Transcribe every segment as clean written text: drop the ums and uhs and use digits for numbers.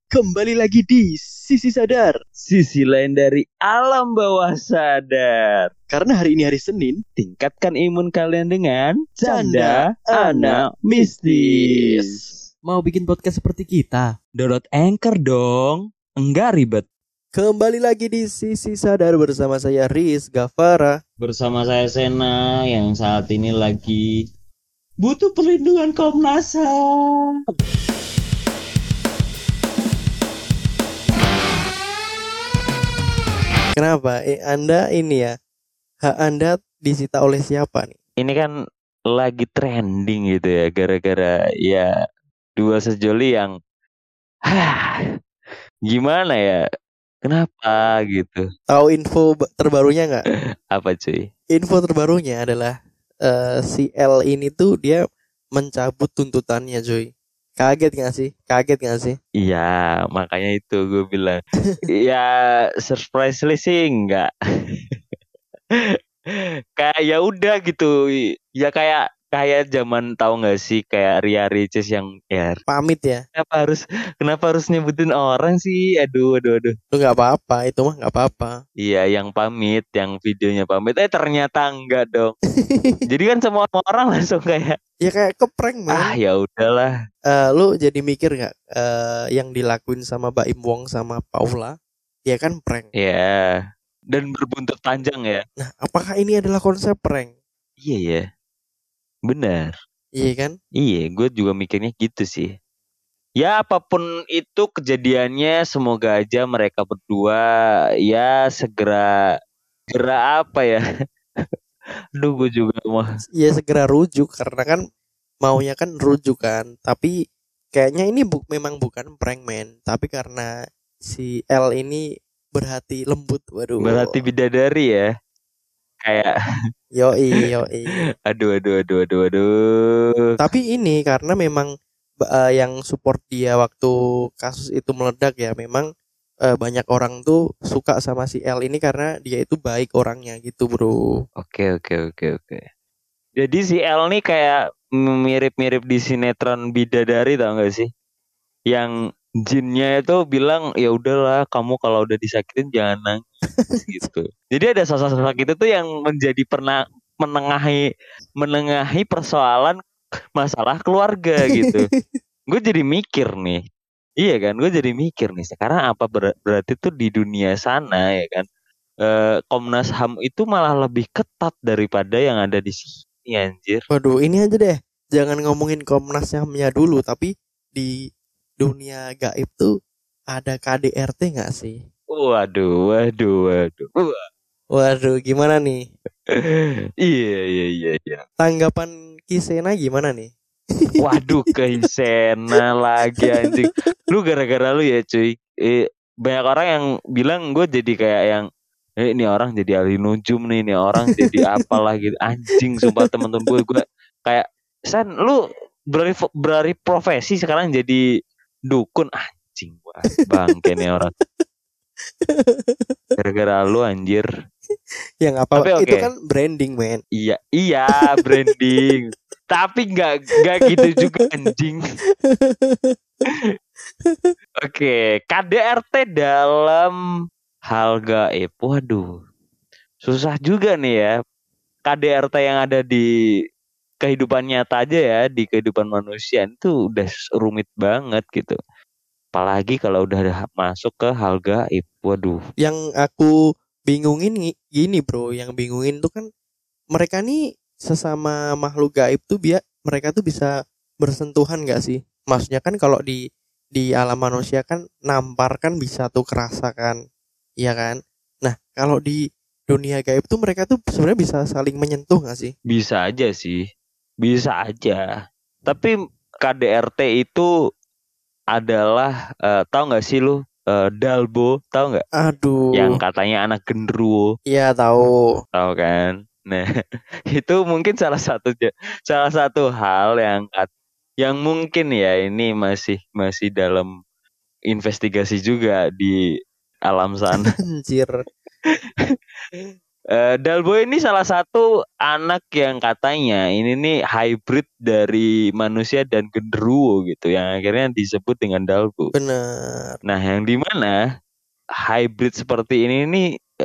Kembali lagi di Sisi Sadar. Sisi lain dari alam bawah sadar. Karena hari ini hari Senin, Tingkatkan imun kalian dengan Canda Canda Anak Anak Mistis. Mau bikin podcast seperti kita? Download Anchor dong. Enggak ribet. kembali lagi di Sisi Sadar bersama saya Riz Gavara. Bersama saya Sena yang saat ini lagi butuh perlindungan Komnas HAM. Kenapa? Anda ini ya, hak Anda disita oleh siapa nih? Ini kan lagi trending gitu ya, gara-gara ya dua sejoli yang gimana ya? Kenapa gitu? Tahu info terbarunya nggak? Apa cuy? Info terbarunya adalah si L ini tuh dia mencabut tuntutannya, cuy. Kaget gak sih? Iya, makanya itu gue bilang. Ya, surprisingly sih enggak. Kayak ya udah gitu. Ya kayak zaman tahu nggak sih kayak Ria Ricis yang ya Pamit ya. kenapa harus nyebutin orang sih? Aduh. Lu nggak apa-apa, itu mah nggak apa-apa. Iya, yang pamit, yang videonya pamit. Ternyata enggak dong. Jadi kan semua orang langsung kayak Ya kayak keprank man. ya udahlah. Lu jadi mikir nggak yang dilakuin sama Baim Wong sama Paula? Ya kan prank. Ya. Dan berbuntut panjang ya. Nah, apakah ini adalah konsep prank? Iya ya. Benar. Iya kan? Iya, gue juga mikirnya gitu sih. Ya apapun itu kejadiannya, semoga aja mereka berdua ya segera apa ya? Duh, gue juga mau. Ya segera rujuk karena kan maunya kan rujuk kan. Tapi kayaknya ini memang bukan prank man, tapi karena si L ini berhati lembut. Waduh. Berarti bidadari ya. Kayak Yoi. aduh. Tapi ini karena memang yang support dia waktu kasus itu meledak ya, memang banyak orang tuh suka sama si L ini karena dia itu baik orangnya gitu, bro. Oke. Jadi si L nih kayak mirip-mirip di sinetron Bidadari, tau gak sih? Yang jinnya itu bilang ya udahlah, kamu kalau udah disakitin jangan nangis gitu. Jadi ada sosok-sosok itu tuh yang menjadi pernah menengahi persoalan masalah keluarga gitu. Gue jadi mikir nih. Iya kan, gue jadi mikir nih. Sekarang apa berarti tuh di dunia sana ya kan, Komnas HAM itu malah lebih ketat daripada yang ada di sini, anjir. Waduh, ini aja deh. Jangan ngomongin Komnas HAM-nya dulu, tapi di dunia gaib tuh ada KDRT nggak sih? Waduh. Waduh, gimana nih? Iya. Tanggapan Kisena gimana nih? Waduh, Sena lagi anjing. Lu gara-gara lu ya cuy. Banyak orang yang bilang gue jadi kayak yang ini orang jadi ahli nujum nih, ini orang jadi apalah gitu. Anjing, sumpah temen-temen gue kayak Sen, lu beralih profesi sekarang jadi dukun. Anjing, wah, bangke nih orang. Gara-gara lu anjir. Yang apa? Tapi Itu oke. kan branding, men. Iya, branding. Tapi nggak gitu juga anjing. Oke, KDRT dalam hal gaib. Waduh, susah juga nih ya. KDRT yang ada di kehidupan nyata aja ya, di kehidupan manusia itu udah rumit banget gitu. Apalagi kalau udah masuk ke hal gaib. Waduh. Yang aku bingungin gini, bro. Yang bingungin tuh kan mereka nih sesama makhluk gaib tuh mereka tuh bisa bersentuhan gak sih? Maksudnya kan kalau di alam manusia kan nampar kan bisa tuh kerasa kan, iya kan? Nah kalau di dunia gaib tuh mereka tuh sebenarnya bisa saling menyentuh gak sih? Bisa aja sih, bisa aja. Tapi KDRT itu adalah tahu nggak sih lu Dalbo, tahu nggak? Aduh. Yang katanya anak genderuwo. Iya tahu. Tahu kan? Nah, itu mungkin salah satu hal yang mungkin ya ini masih dalam investigasi juga di alam sana. Anjir. Dalbo ini salah satu anak yang katanya ini nih hybrid dari manusia dan genderuwo gitu, yang akhirnya disebut dengan Dalbo. Bener. Nah, yang di mana hybrid seperti ini nih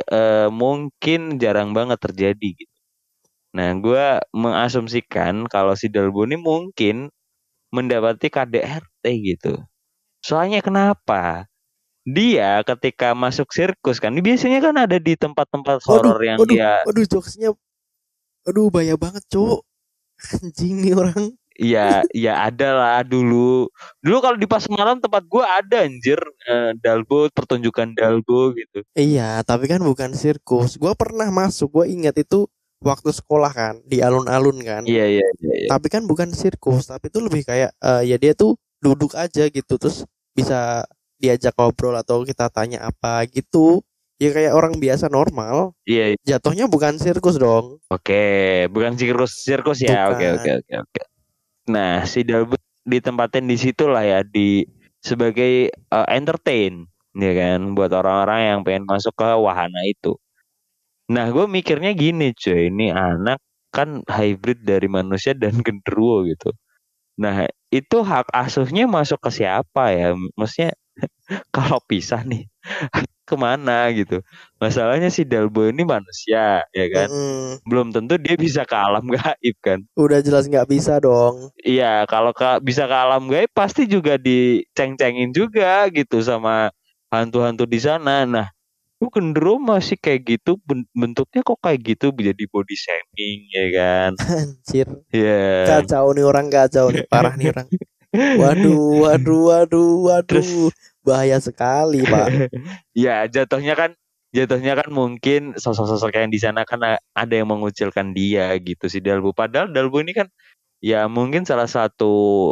mungkin jarang banget terjadi gitu. Nah, gue mengasumsikan kalau si Dalbo ini mungkin mendapati KDRT gitu. Soalnya kenapa? Dia ketika masuk sirkus kan, biasanya kan ada di tempat-tempat Waduh, horor yang waduh, ya, waduh jokesnya, aduh bahaya banget cowok. Anjing nih orang. ya ada lah dulu. Dulu kalau di Pasar Malam tempat gue ada anjir, Dalbo, pertunjukan Dalbo gitu. Iya, tapi kan bukan sirkus. Gua pernah masuk, gua ingat itu waktu sekolah kan, di alun-alun kan. Iya, iya, iya, iya. Tapi kan bukan sirkus, tapi itu lebih kayak ya dia tuh duduk aja gitu, terus bisa diajak ngobrol atau kita tanya apa gitu. Ya kayak orang biasa normal. Iya, iya. Jatuhnya bukan sirkus dong. Oke, bukan sirkus ya. Oke, oke, Bukan. oke, oke. Nah, si Dalbo ditempatin di situ lah ya, di sebagai entertain, ya kan, buat orang-orang yang pengen masuk ke wahana itu. Nah, gue mikirnya gini, cuy, ini anak kan hybrid dari manusia dan genderuwo gitu. Nah, itu hak asuhnya masuk ke siapa ya? Maksudnya kalau pisah nih kemana gitu. Masalahnya si Dalbo ini manusia, ya kan. Mm-mm. Belum tentu dia bisa ke alam gaib kan. Udah jelas nggak bisa dong. Iya, kalau bisa ke alam gaib pasti juga diceng-cengin juga gitu sama hantu-hantu di sana. Nah, lu cenderung masih kayak gitu, bentuknya kok kayak gitu, jadi body shaming ya kan. Anjir. Iya. Kacau nih orang, kacau nih, parah nih orang. Waduh, waduh, waduh, waduh. Terus Bahaya sekali, Pak. ya jatuhnya kan mungkin sosok-sosok yang di sana kan ada yang mengucilkan dia gitu si Dalbo. Padahal Dalbo ini kan ya mungkin salah satu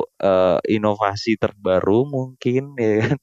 inovasi terbaru mungkin ya kan.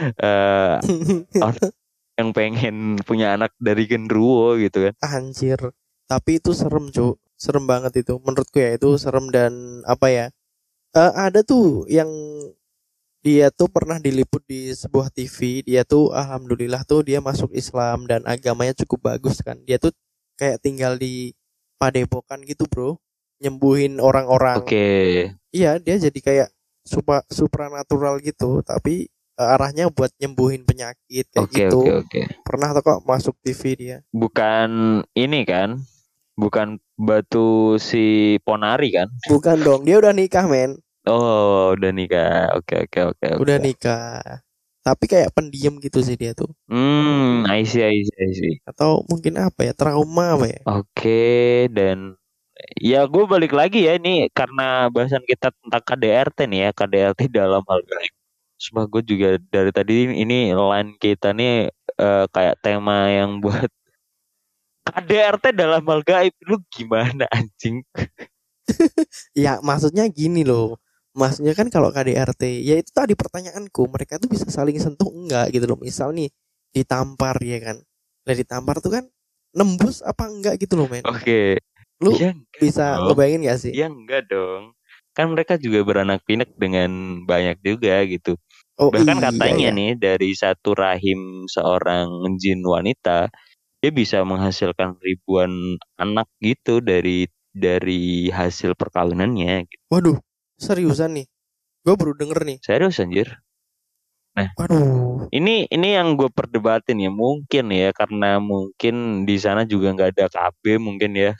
Orang yang pengen punya anak dari genderuwo gitu kan. Anjir. Tapi itu serem, Cuk. Serem banget itu. Menurutku ya itu serem dan apa ya? Ada tuh yang dia tuh pernah diliput di sebuah TV. Dia tuh alhamdulillah tuh dia masuk Islam dan agamanya cukup bagus kan. Dia tuh kayak tinggal di padepokan gitu, Bro. Nyembuhin orang-orang. Oke. Iya, dia jadi kayak supranatural gitu, tapi arahnya buat nyembuhin penyakit kayak Oke, gitu. oke, oke. Pernah tuh kok masuk TV dia. Bukan ini kan? Bukan batu si Ponari kan? Bukan dong, dia udah nikah, men. Oh, udah nikah. Oke, oke, oke, oke. Udah nikah. Tapi kayak pendiam gitu sih dia tuh. I see, I see, I see. Atau mungkin apa ya? Trauma apa ya? Oke, dan ya gue balik lagi ya ini karena bahasan kita tentang KDRT nih ya, KDRT dalam hal gaib. Cuma gue juga dari tadi ini line kita nih kayak tema yang buat KDRT dalam hal gaib. Lu gimana anjing? Ya, maksudnya gini loh. Maksudnya kan kalau KDRT, ya itu tadi pertanyaanku, mereka tuh bisa saling sentuh enggak gitu loh. Misal nih ditampar ya kan. Nah, ditampar tuh kan nembus apa enggak gitu loh, men. Oke. Lu Ya bisa dong. ngebayangin gak sih? Ya enggak dong. Kan mereka juga beranak pinak dengan banyak juga gitu. Oh Bahkan iya katanya ya. nih dari satu rahim seorang jin wanita dia bisa menghasilkan ribuan anak gitu dari hasil perkawinannya gitu. Waduh, seriusan nih. Gue baru denger nih. Serius anjir. Nah, Waduh. ini yang gue perdebatin ya, mungkin ya karena mungkin di sana juga nggak ada KB mungkin ya.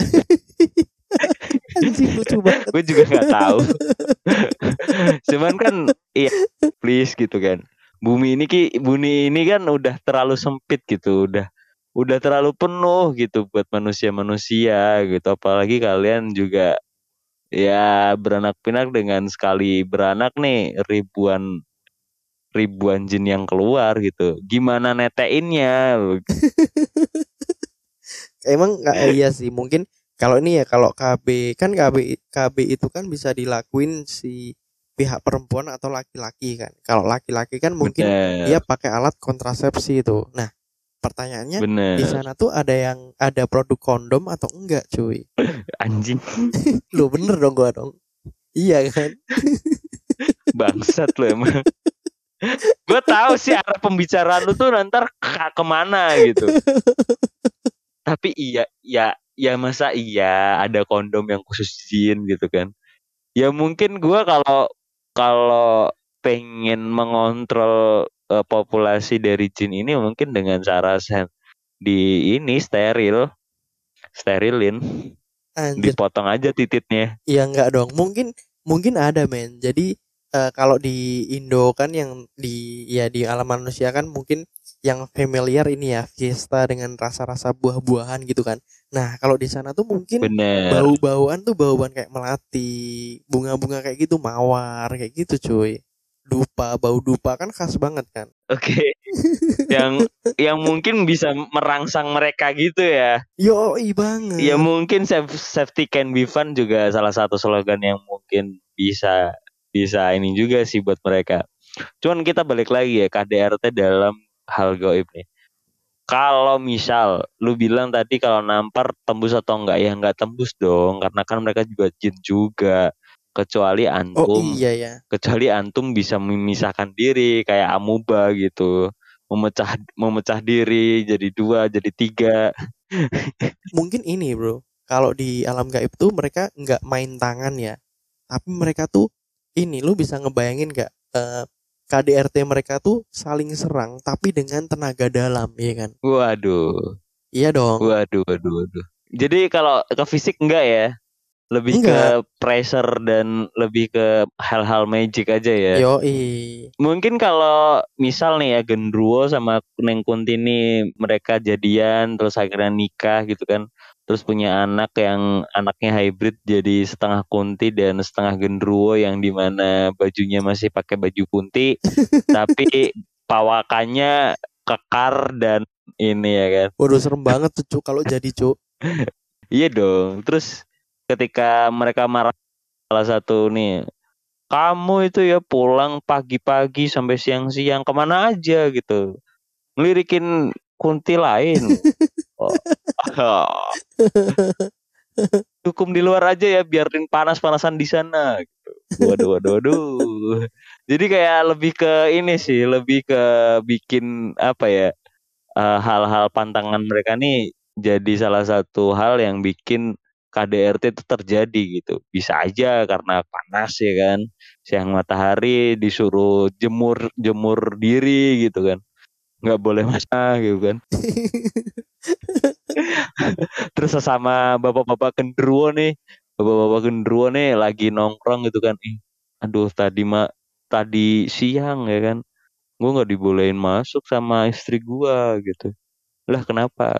Anjing lucu banget. Gue juga nggak tahu. Cuman kan iya please gitu kan. Bumi ini kan udah terlalu sempit gitu, udah terlalu penuh gitu buat manusia-manusia gitu. Apalagi kalian juga ya beranak pinak dengan sekali beranak nih ribuan jin yang keluar gitu. Gimana neteinnya? Emang iya sih, mungkin kalau ini ya kalau KB kan KB itu kan bisa dilakuin si pihak perempuan atau laki-laki kan. Kalau laki-laki kan mungkin dia pakai alat kontrasepsi itu. Nah, pertanyaannya di sana tuh ada produk kondom atau enggak, cuy? Anjing. Lu bener dong gua dong. Iya kan? Bangsat lu emang. Gue tahu sih arah pembicaraan lu tuh nanti kemana gitu. Tapi ya masa iya ada kondom yang khusus jin gitu kan. Ya mungkin gua kalau kalau pengen mengontrol populasi dari jin ini mungkin dengan cara di ini sterilin, Anjir. dipotong aja tititnya. Ya enggak dong. Mungkin mungkin ada men. Jadi kalau di Indo kan yang di alam manusia kan mungkin yang familiar ini ya fiesta dengan rasa-rasa buah-buahan gitu kan. Nah, kalau di sana tuh mungkin Bener. bau-bauan tuh bauan kayak melati, bunga-bunga kayak gitu, mawar kayak gitu cuy. Bau dupa kan khas banget kan. Oke. Yang mungkin bisa merangsang mereka gitu ya. Yoi Ya banget. mungkin safety can be fun juga salah satu slogan yang mungkin bisa bisa ini juga sih buat mereka. Cuman kita balik lagi ya KDRT dalam hal gaib nih. Kalau misal lu bilang tadi kalau nampar tembus atau enggak, ya enggak tembus dong karena kan mereka juga jin juga. Kecuali Oh antum iya ya. kecuali antum bisa memisahkan diri kayak amuba gitu. Memecah diri jadi 2 jadi 3. Mungkin ini bro, kalau di alam gaib tuh mereka nggak main tangan ya, tapi mereka tuh ini lu bisa ngebayangin nggak KDRT mereka tuh saling serang tapi dengan tenaga dalam, ya kan? Waduh. Iya dong. Waduh. Jadi kalau ke fisik enggak ya? Lebih ke Enggak. pressure dan lebih ke hal-hal magic aja ya. Yoi. Mungkin kalau misal nih ya Gendruwo sama Neng Kunti ini mereka jadian terus akhirnya nikah gitu kan. Terus punya anak yang anaknya hybrid jadi setengah Kunti dan setengah Gendruwo yang dimana bajunya masih pakai baju Kunti tapi pawakannya kekar dan ini ya kan. Waduh serem banget tuh Cuk kalau jadi Cuk. Iya dong. Terus ketika mereka marah salah satu nih, kamu itu ya pulang pagi-pagi sampai siang-siang kemana aja gitu, ngelirikin kunti lain. Oh, hukum di luar aja ya, biarin panas-panasan di sana. Gitu. Waduh. Jadi kayak lebih ke ini sih, lebih ke bikin apa ya, hal-hal pantangan mereka nih jadi salah satu hal yang bikin KDRT itu terjadi gitu. Bisa aja karena panas ya kan. Siang matahari disuruh jemur diri gitu kan. Nggak boleh masak gitu kan. Terus sesama bapak-bapak genderuwo nih lagi nongkrong gitu kan. Aduh tadi siang ya kan. Gue nggak dibolehin masuk sama istri gua gitu. Lah kenapa?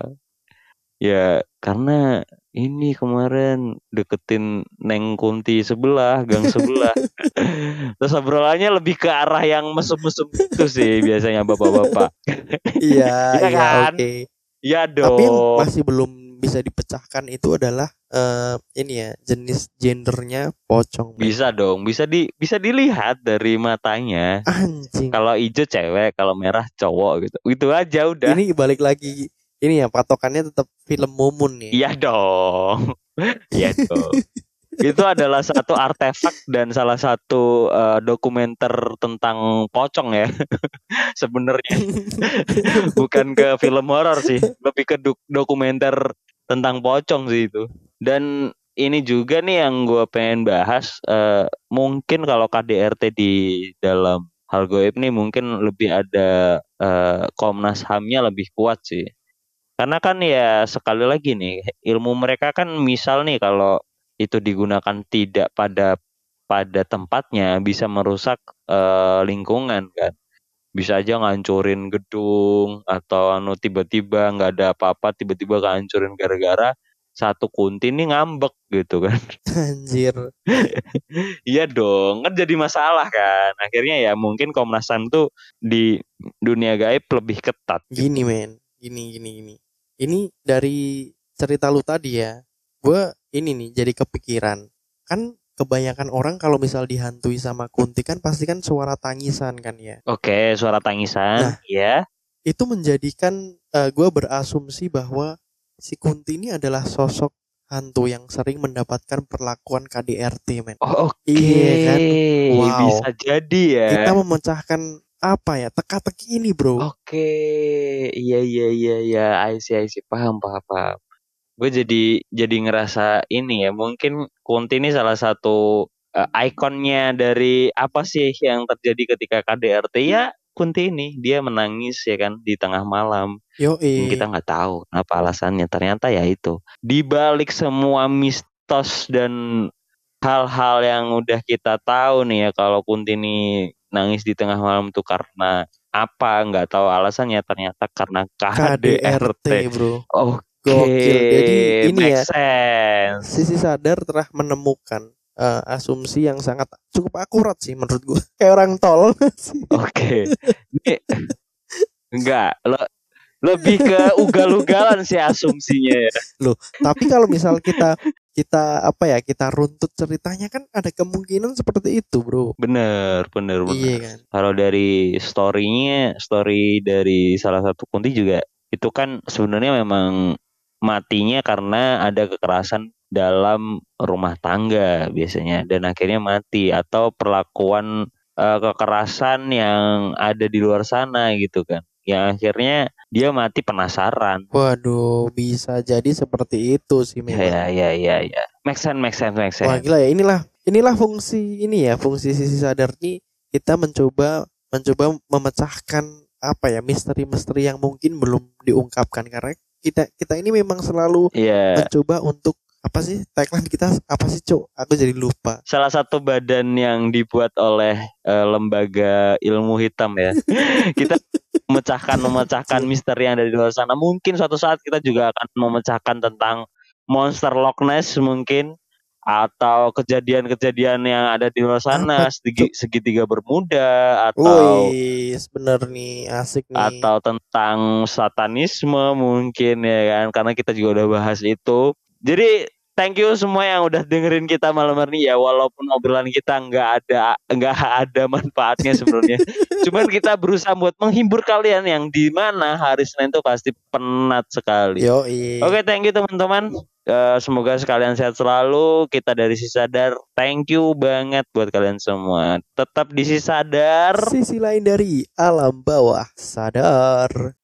Ya karena ini kemarin deketin Neng Kunti sebelah, gang sebelah. Terus obrolannya lebih ke arah yang mesum-mesum itu sih biasanya bapak-bapak. Iya, Iya iya kan? oke. Iya Tapi yang dong. masih belum bisa dipecahkan itu adalah ini ya, jenis gendernya pocong, men. Bisa dong, bisa dilihat dari matanya. Anjing. Kalau hijau cewek, kalau merah cowok gitu. Itu aja udah. Ini balik lagi ini ya patokannya tetap film Mumun ya. Iya dong. Iya dong. Itu adalah satu artefak dan salah satu dokumenter tentang pocong ya sebenarnya. Bukan ke film horor sih, lebih ke dokumenter tentang pocong sih itu. Dan ini juga nih yang gue pengen bahas, mungkin kalau KDRT di dalam hal goib nih mungkin lebih ada Komnas HAM-nya lebih kuat sih. Karena kan ya sekali lagi nih ilmu mereka kan misal nih kalau itu digunakan tidak pada pada tempatnya bisa merusak lingkungan kan. Bisa aja ngancurin gedung atau tiba-tiba nggak ada apa-apa tiba-tiba ngancurin gara-gara satu kunti ini ngambek gitu kan. Anjir. Iya dong, kan jadi masalah kan. Akhirnya ya mungkin Komnas HAM tuh di dunia gaib lebih ketat Gini gitu. men, gini. Ini dari cerita lu tadi ya, gue ini nih jadi kepikiran. Kan kebanyakan orang kalau misal dihantui sama kunti kan pasti kan suara tangisan kan ya. Oke, suara tangisan, Nah, ya. itu menjadikan gue berasumsi bahwa si kunti ini adalah sosok hantu yang sering mendapatkan perlakuan KDRT men. Oh, oke, Iya kan? bisa Wow. jadi ya. Kita memecahkan apa ya, teka-teki ini bro. Oke, iya, I see, paham. Gue jadi ngerasa ini ya, mungkin Kunti ini salah satu ikonnya dari apa sih yang terjadi ketika KDRT ya. Kunti ini dia menangis ya kan di tengah malam. Kita nggak tahu apa alasannya. Ternyata ya itu di balik semua mistos dan hal-hal yang udah kita tahu nih ya, kalau Kunti ini nangis di tengah malam tuh karena apa, nggak tahu alasannya, ternyata karena KDRT. bro. Oke, Gokil. Jadi ini make ya, sense. Sisi Sadar telah menemukan asumsi yang sangat cukup akurat sih menurut gue. Kayak orang tol sih. Oke, ini enggak lebih ke ugal-ugalan sih asumsinya ya. Loh, tapi kalau misal kita apa ya, kita runtut ceritanya kan ada kemungkinan seperti itu, bro. Bener. Iya kan. Kalau dari story dari salah satu Kunti juga, itu kan sebenarnya memang matinya karena ada kekerasan dalam rumah tangga biasanya, dan akhirnya mati, atau perlakuan kekerasan yang ada di luar sana gitu kan, yang akhirnya dia mati penasaran. Waduh, bisa jadi seperti itu sih memang. Ya. Make sense. Wah, gila ya. Inilah fungsi ini ya, fungsi Sisi Sadar nih, kita mencoba memecahkan apa ya, misteri-misteri yang mungkin belum diungkapkan, karena kita ini memang selalu mencoba untuk apa sih tagline kita, apa sih Cok? Aku jadi lupa. Salah satu badan yang dibuat oleh lembaga ilmu hitam ya. Kita memecahkan misteri yang ada di luar sana. Mungkin suatu saat kita juga akan memecahkan tentang monster Loch Ness mungkin, atau kejadian-kejadian yang ada di luar sana, segitiga Bermuda, atau bener nih, asik nih, atau tentang satanisme mungkin ya kan, karena kita juga udah bahas itu. Jadi thank you semua yang udah dengerin kita malam hari ini ya, walaupun obrolan kita nggak ada manfaatnya sebenarnya. Cuman kita berusaha buat menghibur kalian yang di mana hari Senin itu pasti penat sekali. Oke, thank you teman-teman. Semoga sekalian sehat selalu. Kita dari Sisi Sadar, thank you banget buat kalian semua. Tetap di Sisi Sadar, sisi lain dari alam bawah sadar.